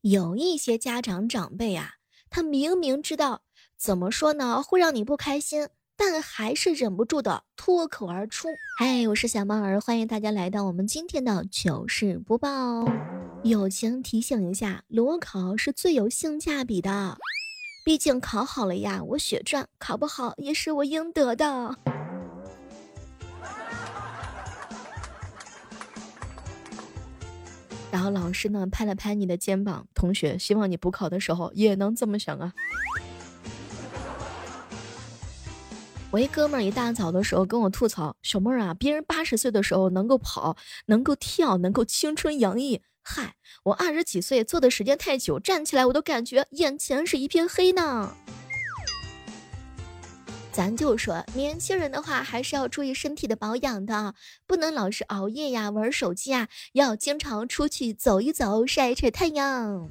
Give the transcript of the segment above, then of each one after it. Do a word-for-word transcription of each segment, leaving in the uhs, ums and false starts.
有一些家长长辈啊，他明明知道怎么说呢会让你不开心，但还是忍不住的脱口而出。嗨，我是小猫儿，欢迎大家来到我们今天的糗事播报。友情提醒一下，裸考是最有性价比的，毕竟考好了呀，我血赚；考不好也是我应得的。然后老师呢拍了拍你的肩膀，同学，希望你补考的时候也能这么想啊。我一哥们儿一大早的时候跟我吐槽，小妹儿啊，别人八十岁的时候能够跑，能够跳，能够青春洋溢，嗨，我二十几岁坐的时间太久，站起来我都感觉眼前是一片黑呢。咱就说年轻人的话还是要注意身体的保养的，不能老是熬夜呀玩手机啊，要经常出去走一走，晒一晒太阳。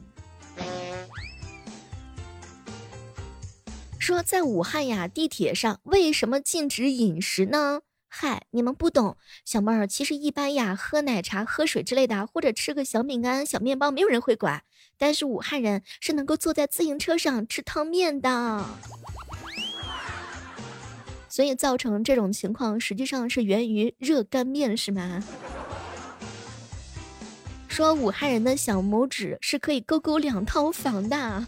说在武汉呀地铁上为什么禁止饮食呢？嗨，你们不懂，小妹儿，其实一般呀喝奶茶喝水之类的，或者吃个小饼干小面包没有人会管，但是武汉人是能够坐在自行车上吃汤面的，所以造成这种情况实际上是源于热干面是吗？说武汉人的小拇指是可以勾勾两套房的。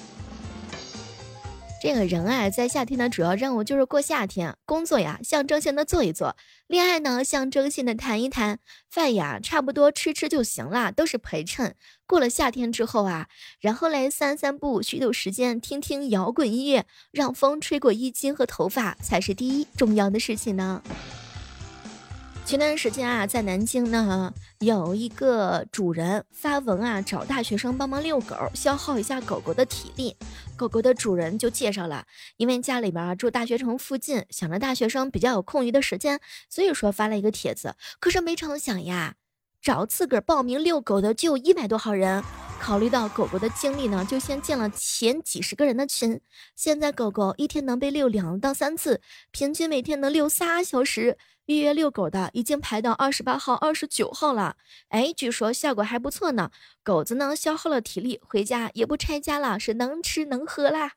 这个人啊，在夏天的主要任务就是过夏天，工作呀象征性的做一做，恋爱呢象征性的谈一谈，饭呀差不多吃吃就行了，都是陪衬。过了夏天之后啊，然后来散散步，虚度时间，听听摇滚音乐，让风吹过衣襟和头发，才是第一重要的事情呢。前段时间啊，在南京呢，有一个主人发文啊，找大学生帮忙遛狗，消耗一下狗狗的体力。狗狗的主人就介绍了，因为家里边啊住大学城附近，想着大学生比较有空余的时间，所以说发了一个帖子。可是没成想呀，找自个儿报名遛狗的就有一百多号人。考虑到狗狗的精力呢，就先建了前几十个人的群。现在狗狗一天能被遛两到三次，平均每天能遛仨小时。预约遛狗的已经排到二十八号、二十九号了。哎，据说效果还不错呢。狗子呢消耗了体力，回家也不拆家了，是能吃能喝啦。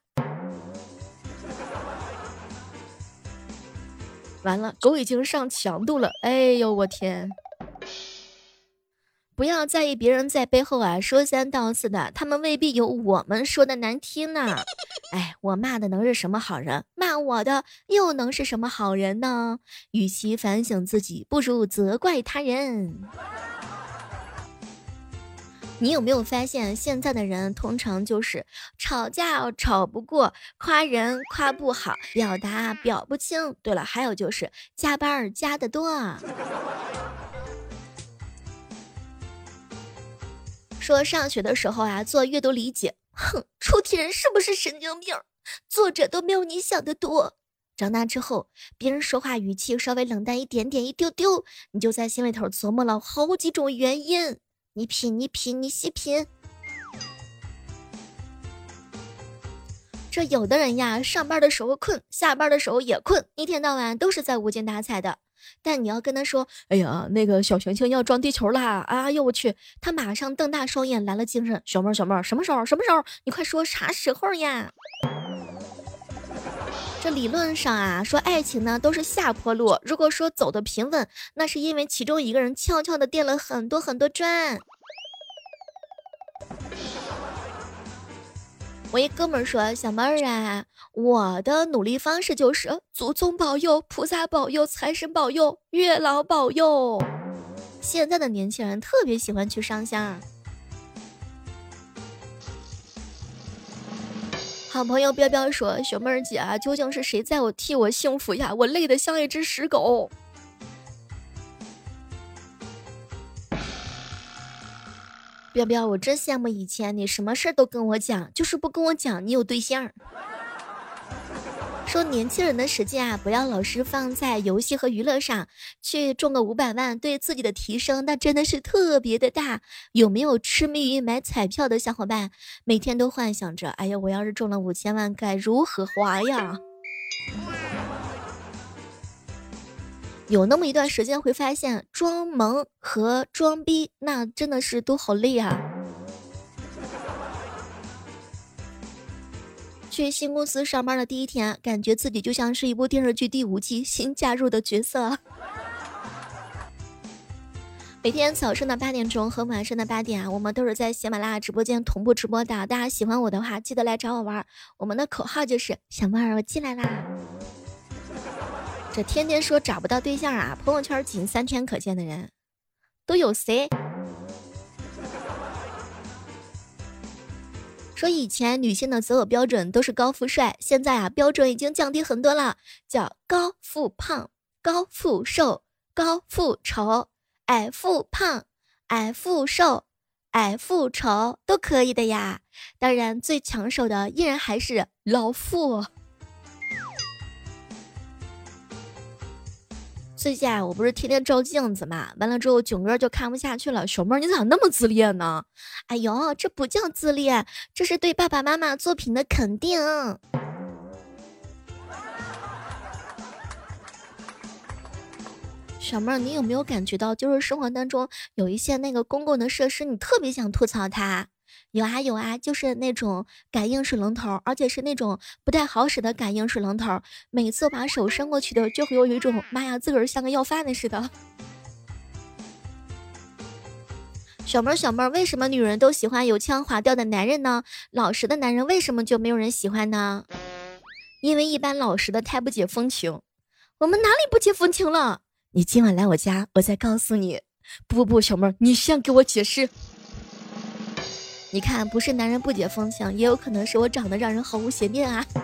完了，狗已经上强度了。哎呦，我天！不要在意别人在背后啊说三道四的，他们未必有我们说的难听呢。哎，我骂的能是什么好人？骂我的又能是什么好人呢？与其反省自己，不如责怪他人。你有没有发现，现在的人通常就是吵架吵不过，夸人夸不好，表达表不清。对了，还有就是加班加得多。说上学的时候啊，做阅读理解，哼，出题人是不是神经病？作者都没有你想的多。长大之后，别人说话语气稍微冷淡一点点，一丢丢，你就在心里头琢磨了好几种原因。你品，你品，你细品。这有的人呀，上班的时候困，下班的时候也困，一天到晚都是在无精打采的。但你要跟他说，哎呀，那个小行星要撞地球啦！哎呦我去，他马上瞪大双眼来了精神。小妹儿，小妹儿，什么时候？什么时候？你快说啥时候呀？这理论上啊，说爱情呢都是下坡路。如果说走的平稳，那是因为其中一个人悄悄的垫了很多很多砖。我一哥们儿说，小妹儿啊，我的努力方式就是祖宗保佑、菩萨保佑、财神保佑、月老保佑。现在的年轻人特别喜欢去上香。好朋友彪彪说，小妹儿姐啊，究竟是谁在我替我幸福呀？我累得像一只死狗。彪彪，我真羡慕以前你什么事都跟我讲，就是不跟我讲你有对象。说年轻人的时间啊，不要老是放在游戏和娱乐上，去中个五百万，对自己的提升那真的是特别的大。有没有痴迷于买彩票的小伙伴，每天都幻想着，哎呀，我要是中了五千万该如何花呀？有那么一段时间会发现，装萌和装逼那真的是都好累啊。 去新公司上班的第一天，感觉自己就像是一部电视剧第五季新加入的角色。每天早上的八点钟和晚上的八点啊，我们都是在喜马拉雅直播间同步直播的。大家喜欢我的话，记得来找我玩。我们的口号就是小妹儿我进来啦。这天天说找不到对象啊，朋友圈仅三天可见的人都有谁？说以前女性的择偶标准都是高富帅，现在啊标准已经降低很多了，叫高富胖、高富瘦、高富丑。矮富胖、矮富瘦、矮富丑都可以的呀，当然最抢手的依然还是老富。最近啊，我不是天天照镜子嘛，完了之后囧哥就看不下去了，小妹儿你咋那么自恋呢？哎呦，这不叫自恋，这是对爸爸妈妈作品的肯定。小妹儿，你有没有感觉到，就是生活当中有一些那个公共的设施，你特别想吐槽它？有啊有啊，就是那种感应水龙头，而且是那种不太好使的感应水龙头，每次把手伸过去的，就会有一种妈呀，自个儿像个要饭的似的。小妹儿小妹儿，为什么女人都喜欢有腔滑调的男人呢？老实的男人为什么就没有人喜欢呢？因为一般老实的太不解风情。我们哪里不解风情了？你今晚来我家，我再告诉你。不不不，小妹儿，你先给我解释。你看，不是男人不解风情，也有可能是我长得让人毫无邪念啊。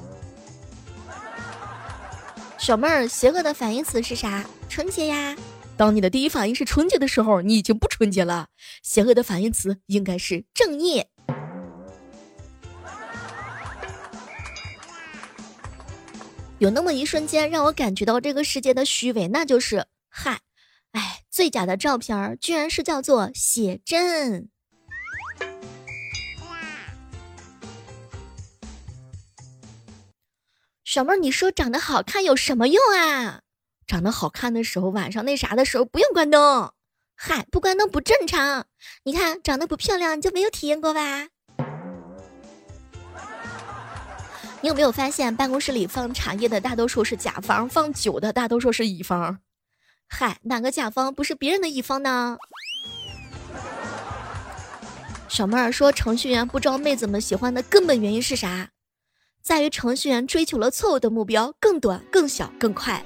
小妹儿，邪恶的反义词是啥？纯洁呀。当你的第一反应是纯洁的时候，你已经不纯洁了。邪恶的反义词应该是正义。有那么一瞬间让我感觉到这个世界的虚伪，那就是嗨，哎，最假的照片居然是叫做写真。小妹儿，你说长得好看有什么用啊？长得好看的时候，晚上那啥的时候不用关灯。嗨，不关灯不正常。你看长得不漂亮，你就没有体验过吧？你有没有发现办公室里放茶叶的大多数是甲方，放酒的大多数是乙方？嗨，哪个甲方不是别人的乙方呢？小妹儿说，程序员不招妹子们喜欢的根本原因是啥？在于程序员追求了错误的目标，更短、更小、更快。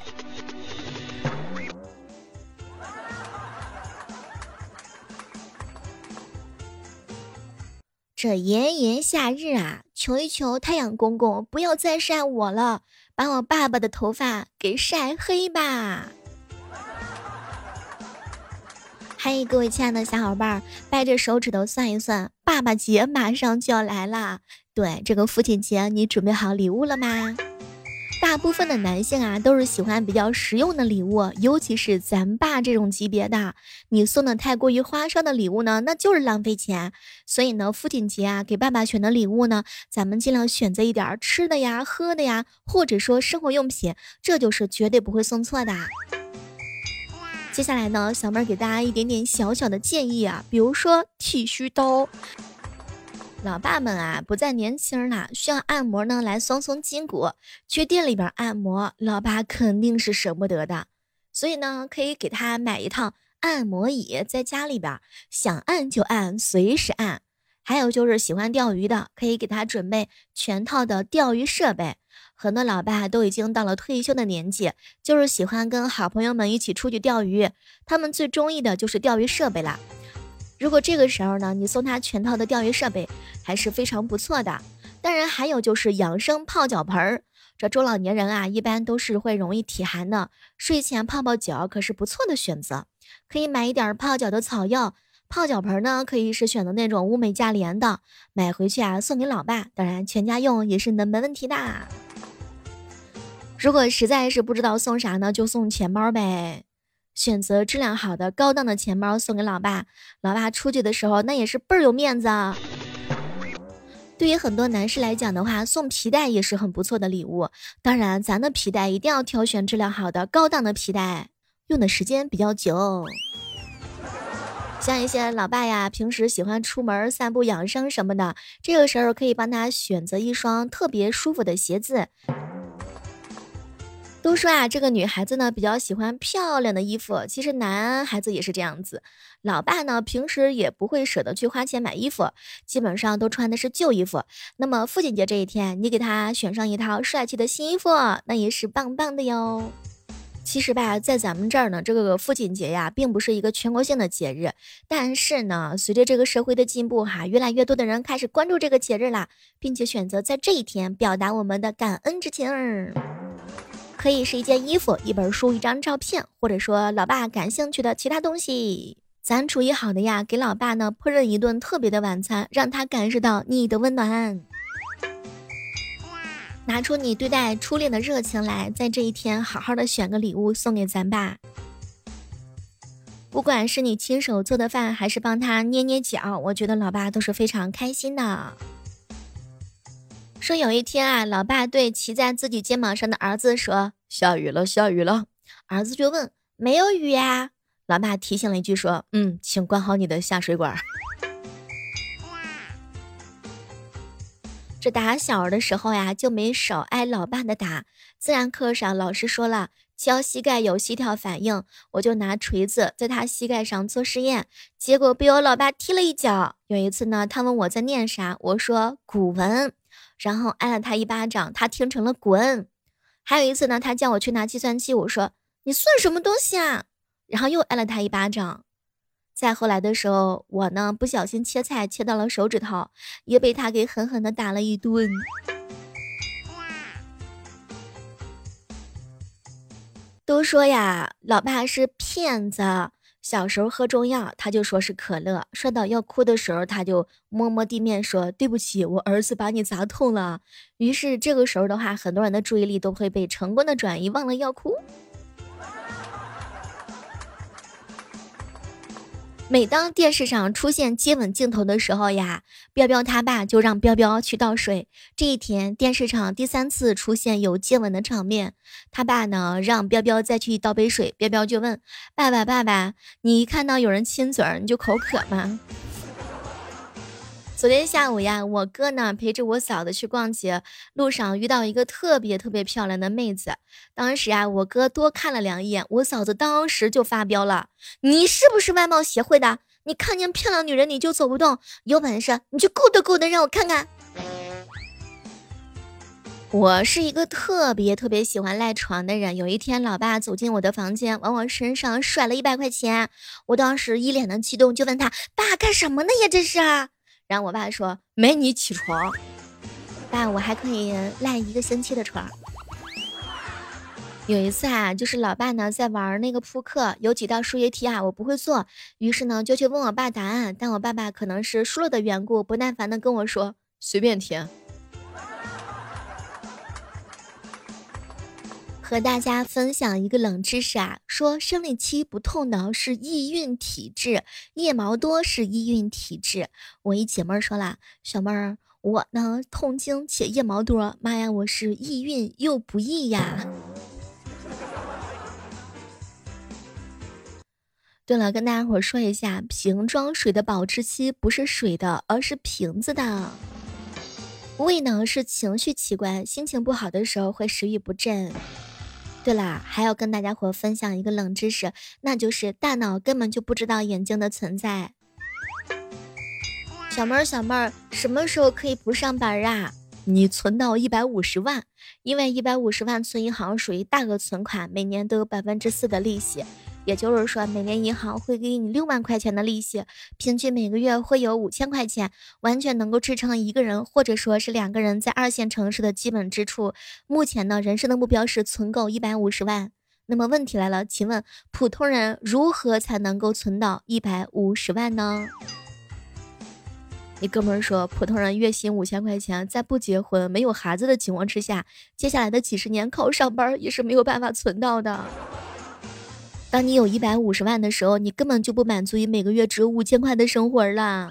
这炎炎夏日啊，求一求太阳公公不要再晒我了，把我爸爸的头发给晒黑吧。嗨，各位亲爱的小伙伴，掰着手指头算一算，爸爸节马上就要来了。对，这个父亲节你准备好礼物了吗？大部分的男性啊，都是喜欢比较实用的礼物，尤其是咱爸这种级别的，你送的太过于花哨的礼物呢，那就是浪费钱。所以呢，父亲节啊，给爸爸选的礼物呢，咱们尽量选择一点吃的呀、喝的呀，或者说生活用品，这就是绝对不会送错的。接下来呢，小妹儿给大家一点点小小的建议啊，比如说剃须刀。老爸们啊，不再年轻了，需要按摩呢来松松筋骨。去店里边按摩，老爸肯定是舍不得的，所以呢，可以给他买一套按摩椅，在家里边想按就按，随时按。还有就是喜欢钓鱼的，可以给他准备全套的钓鱼设备。很多老爸都已经到了退休的年纪，就是喜欢跟好朋友们一起出去钓鱼，他们最中意的就是钓鱼设备啦。如果这个时候呢，你送他全套的钓鱼设备，还是非常不错的。当然还有就是养生泡脚盆儿，这中老年人啊，一般都是会容易体寒的，睡前泡泡脚可是不错的选择。可以买一点泡脚的草药，泡脚盆呢，可以是选择那种物美价廉的，买回去啊送给老爸，当然全家用也是能没问题的。如果实在是不知道送啥呢，就送钱包呗。选择质量好的高档的钱包送给老爸，老爸出去的时候那也是倍儿有面子啊。对于很多男士来讲的话，送皮带也是很不错的礼物。当然咱的皮带一定要挑选质量好的高档的皮带，用的时间比较久。 像一些老爸呀，平时喜欢出门散步养生什么的，这个时候可以帮他选择一双特别舒服的鞋子。都说啊，这个女孩子呢比较喜欢漂亮的衣服，其实男孩子也是这样子。老爸呢平时也不会舍得去花钱买衣服，基本上都穿的是旧衣服。那么父亲节这一天，你给他选上一套帅气的新衣服，那也是棒棒的哟。其实吧，在咱们这儿呢，这个父亲节呀，并不是一个全国性的节日。但是呢，随着这个社会的进步哈，越来越多的人开始关注这个节日啦，并且选择在这一天表达我们的感恩之情儿。可以是一件衣服、一本书、一张照片，或者说老爸感兴趣的其他东西。咱厨艺好的呀，给老爸呢烹饪一顿特别的晚餐，让他感受到你的温暖。拿出你对待初恋的热情来，在这一天好好的选个礼物送给咱爸。不管是你亲手做的饭，还是帮他捏捏脚，我觉得老爸都是非常开心的。说有一天啊，老爸对骑在自己肩膀上的儿子说：下雨了，下雨了。儿子就问：没有雨呀？老爸提醒了一句说：嗯，请关好你的下水管。这打小的时候呀，就没少挨老爸的打。自然课上老师说了，敲膝盖有膝跳反应，我就拿锤子在他膝盖上做实验，结果被我老爸踢了一脚。有一次呢，他问我在念啥，我说古文，然后挨了他一巴掌，他听成了滚。还有一次呢，他叫我去拿计算器，我说你算什么东西啊，然后又挨了他一巴掌。再后来的时候，我呢不小心切菜切到了手指头，也被他给狠狠的打了一顿。都说呀，老爸是骗子。小时候喝中药，他就说是可乐；摔倒要哭的时候，他就摸摸地面说：“对不起，我儿子把你砸痛了。”于是这个时候的话，很多人的注意力都会被成功的转移，忘了要哭。每当电视上出现接吻镜头的时候呀，彪彪他爸就让彪彪去倒水。这一天，电视上第三次出现有接吻的场面，他爸呢让彪彪再去倒杯水，彪彪就问爸爸爸爸，你一看到有人亲嘴儿你就口渴吗？昨天下午呀，我哥呢陪着我嫂子去逛街，路上遇到一个特别特别漂亮的妹子。当时啊，我哥多看了两眼，我嫂子当时就发飙了：“你是不是外貌协会的？你看见漂亮女人你就走不动？有本事你就够的够的，让我看看。”我是一个特别特别喜欢赖床的人。有一天，老爸走进我的房间，往我身上甩了一百块钱。我当时一脸的激动，就问他：“爸，干什么呢呀？这是？”然后我爸说：“没你起床。”爸，我还可以赖一个星期的床。有一次啊，就是老爸呢在玩那个扑克，有几道数学题啊我不会做，于是呢就去问我爸答案，但我爸爸可能是输了的缘故，不耐烦的跟我说：“随便填。”和大家分享一个冷知识啊，说生理期不痛的是易孕体质，腋毛多是易孕体质。我一姐妹儿说啦，小妹儿，我呢痛经且腋毛多，妈呀，我是易孕又不易呀。对了，跟大家伙说一下，瓶装水的保质期不是水的，而是瓶子的。胃呢是情绪器官，心情不好的时候会食欲不振。对啦，还要跟大家伙分享一个冷知识，那就是大脑根本就不知道眼睛的存在。小妹儿，小妹儿，什么时候可以不上班啊？你存到一百五十万，因为一百五十万存银行属于大额存款，每年都有百分之四的利息。也就是说，每年银行会给你六万块钱的利息，平均每个月会有五千块钱，完全能够支撑一个人或者说是两个人在二线城市的基本支出。目前呢，人生的目标是存够一百五十万。那么问题来了，请问普通人如何才能够存到一百五十万呢？你哥们儿说，普通人月薪五千块钱，在不结婚、没有孩子的情况之下，接下来的几十年靠上班也是没有办法存到的。当你有一百五十万的时候，你根本就不满足于每个月只有五千块的生活啦。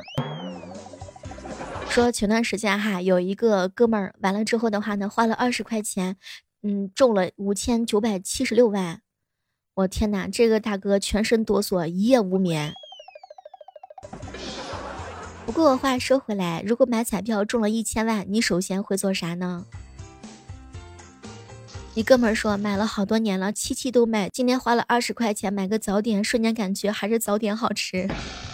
说前段时间哈，有一个哥们儿完了之后的话呢，花了二十块钱，嗯，中了五千九百七十六万。我天哪，这个大哥全身哆嗦，一夜无眠。 不过话说回来，如果买彩票中了一千万，你首先会做啥呢？你哥们儿说买了好多年了，期期都买，今天花了二十块钱买个早点，瞬间感觉还是早点好吃。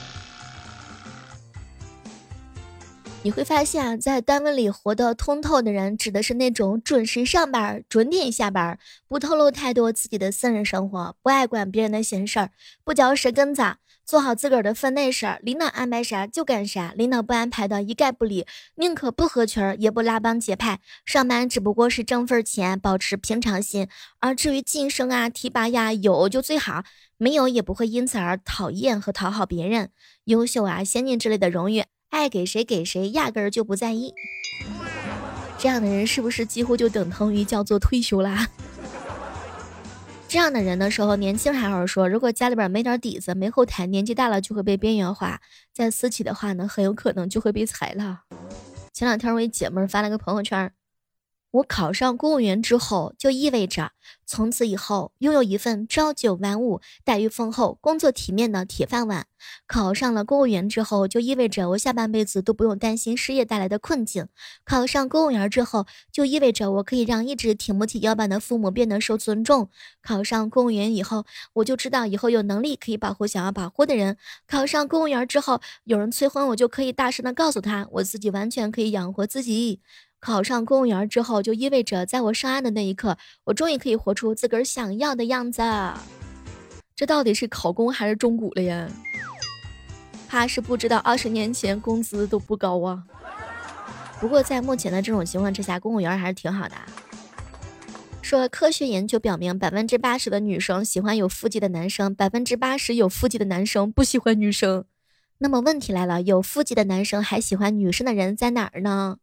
你会发现啊，在单位里活得通透的人，指的是那种准时上班、准点下班，不透露太多自己的私人生活，不爱管别人的闲事儿，不嚼舌根子，做好自个儿的分内事儿，领导安排啥就干啥，领导不安排的一概不理，宁可不合群儿，也不拉帮结派。上班只不过是挣份钱，保持平常心。而至于晋升啊、提拔呀，有就最好，没有也不会因此而讨厌和讨好别人。优秀啊、先进之类的荣誉，爱给谁给谁，压根儿就不在意。这样的人是不是几乎就等同于叫做退休啦？这样的人的时候，年轻还好说，如果家里边没点底子，没后台，年纪大了就会被边缘化。再私企的话呢，很有可能就会被裁了。前两天我一姐妹发了个朋友圈，我考上公务员之后，就意味着从此以后拥有一份朝九晚五、待遇丰厚、工作体面的铁饭碗。考上了公务员之后，就意味着我下半辈子都不用担心失业带来的困境。考上公务员之后，就意味着我可以让一直挺不起腰板的父母变得受尊重。考上公务员以后，我就知道以后有能力可以保护想要保护的人。考上公务员之后，有人催婚，我就可以大声的告诉他，我自己完全可以养活自己。考上公务员之后，就意味着在我上岸的那一刻，我终于可以活出自个儿想要的样子。这到底是考公还是中蛊了呀？怕是不知道二十年前工资都不高啊。不过在目前的这种情况之下，公务员还是挺好的。说科学研究表明，百分之八十的女生喜欢有腹肌的男生，百分之八十有腹肌的男生不喜欢女生。那么问题来了，有腹肌的男生还喜欢女生的人在哪儿呢？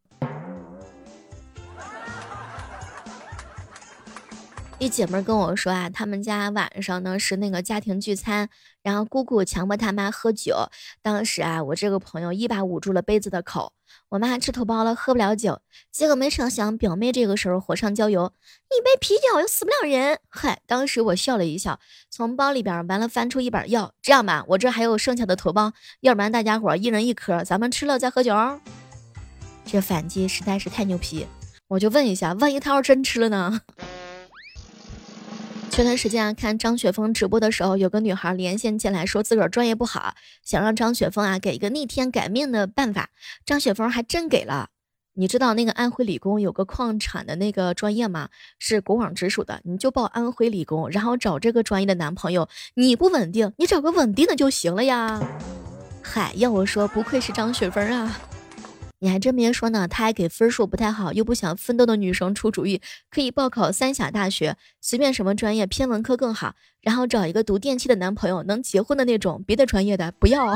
一姐妹跟我说啊，他们家晚上呢是那个家庭聚餐，然后姑姑强迫他妈喝酒。当时啊，我这个朋友一把捂住了杯子的口，我妈吃头包了，喝不了酒。结果没成想，表妹这个时候火上浇油，一杯啤酒又死不了人。嗨，当时我笑了一笑，从包里边完了翻出一板药，这样吧，我这还有剩下的头孢，要不然大家伙一人一颗，咱们吃了再喝酒。这反击实在是太牛皮，我就问一下，万一他要真吃了呢？前段时间啊，看张雪峰直播的时候，有个女孩连线进来说自个儿专业不好，想让张雪峰啊给一个逆天改命的办法。张雪峰还真给了。你知道那个安徽理工有个矿产的那个专业吗？是国网直属的，你就报安徽理工，然后找这个专业的男朋友。你不稳定，你找个稳定的就行了呀。嗨，要我说，不愧是张雪峰啊。你还真别说呢，他还给分数不太好又不想奋斗的女生出主意，可以报考三峡大学，随便什么专业偏文科更好，然后找一个读电器的男朋友，能结婚的那种，别的专业的不要。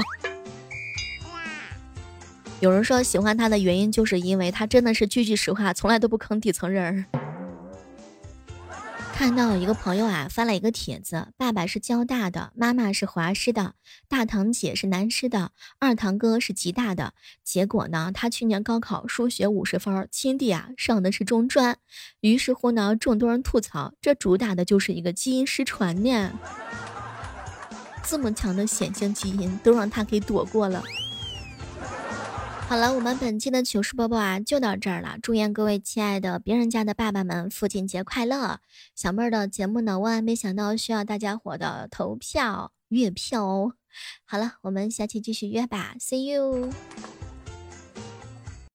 有人说喜欢他的原因就是因为他真的是句句实话，从来都不坑底层人。看到一个朋友啊发了一个帖子，爸爸是交大的，妈妈是华师的，大堂姐是南师的，二堂哥是吉大的。结果呢，他去年高考数学五十分，亲弟啊上的是中专。于是乎呢，众多人吐槽，这主打的就是一个基因失传呢。这么强的显性基因都让他给躲过了。好了，我们本期的糗事播报啊就到这儿了。祝愿各位亲爱的别人家的爸爸们父亲节快乐！小妹儿的节目呢，万万没想到需要大家伙的投票月票哦。好了，我们下期继续约吧 ，See you。